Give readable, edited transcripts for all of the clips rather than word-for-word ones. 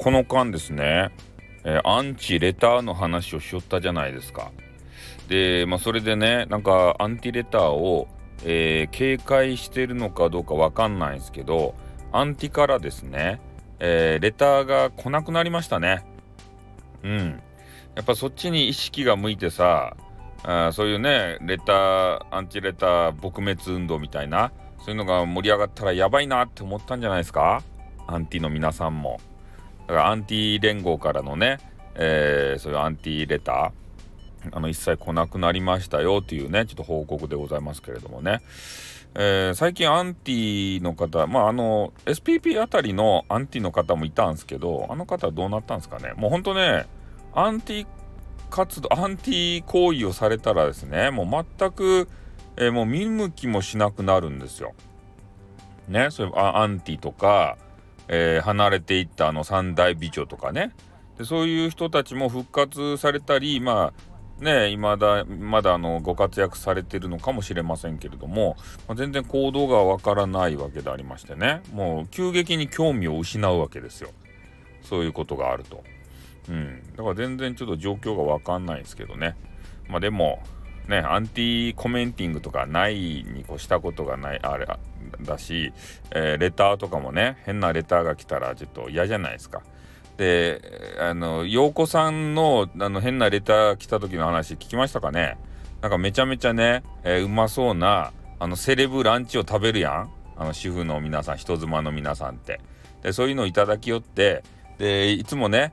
この間ですね、アンチレターの話をしよったじゃないですか。で、それでね、なんかアンティレターを、警戒してるのかどうかわかんないんですけど、アンティからですね、レターが来なくなりましたね。うん。やっぱそっちに意識が向いてさ、そういうね、アンチレター撲滅運動みたいな、そういうのが盛り上がったらやばいなって思ったんじゃないですか？アンティの皆さんも。だからアンティ連合からのね、そういうアンティレター、一切来なくなりましたよっていうね、ちょっと報告でございますけれどもね。最近アンティの方、SPP あたりのアンティの方もいたんですけど、あの方はどうなったんですかね。もうほんとね、アンティアンティ行為をされたらですね、もう全く、もう見向きもしなくなるんですよ。ね、そういうアンティとか、離れていった三大美女とかね。で、そういう人たちも復活されたり、まだご活躍されてるのかもしれませんけれども、全然行動がわからないわけでありましてね、もう急激に興味を失うわけですよ。そういうことがあると。だから全然ちょっと状況がわかんないんですけどね。でもね、アンティコメンティングとかないに越したことがないあれだし、レターとかもね、変なレターが来たらちょっと嫌じゃないですか。で、陽子さんの変なレター来た時の話聞きましたかね。なんかめちゃめちゃね、うまそうなセレブランチを食べるやん、主婦の皆さん、人妻の皆さんって。で、そういうのをいただきよって、でいつもね、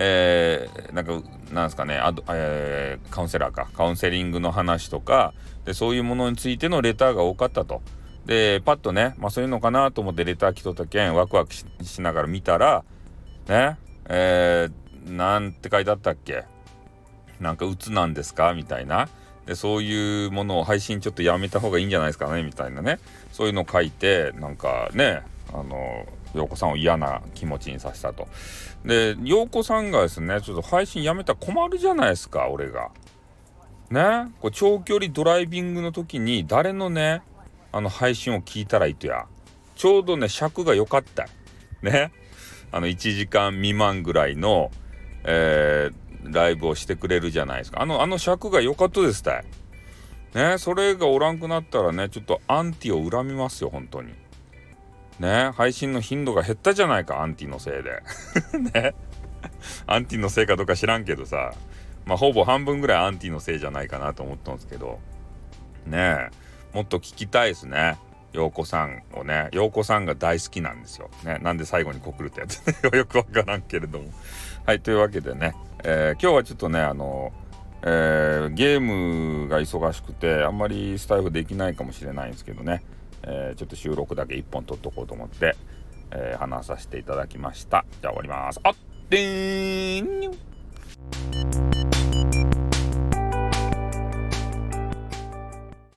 なんですかね、カウンセラーか、カウンセリングの話とかで、そういうものについてのレターが多かったと。でパッとね、そういうのかなと思ってレター来とったけんワクワク しながら見たらね、なんて書いてあったっけ。なんか鬱なんですかみたいな。で、そういうものを配信ちょっとやめた方がいいんじゃないですかねみたいなね。そういうのを書いて、なんかね、陽子さんを嫌な気持ちにさせたと。で、陽子さんがですね、ちょっと配信やめたら困るじゃないですか、俺が。ね、こう長距離ドライビングの時に誰のね、配信を聞いたらいいとや。ちょうどね、尺が良かったね。1時間未満ぐらいの、ライブをしてくれるじゃないですか。尺が良かったですたい。ね、それがおらんくなったらね、ちょっとアンティを恨みますよ、本当に。ね、配信の頻度が減ったじゃないか、アンティのせいで。ね、アンティのせいかどうか知らんけどさ、ほぼ半分ぐらいアンティのせいじゃないかなと思ったんですけど、ねえ、もっと聞きたいですね。陽子さんをね、陽子さんが大好きなんですよ。ね、なんで最後に告るってやつよくわからんけれども。はい、というわけでね、今日はちょっとね、ゲームが忙しくて、あんまりスタイフできないかもしれないんですけどね、ちょっと収録だけ1本撮っとこうと思って、話させていただきました。じゃあ終わります。あっでーん。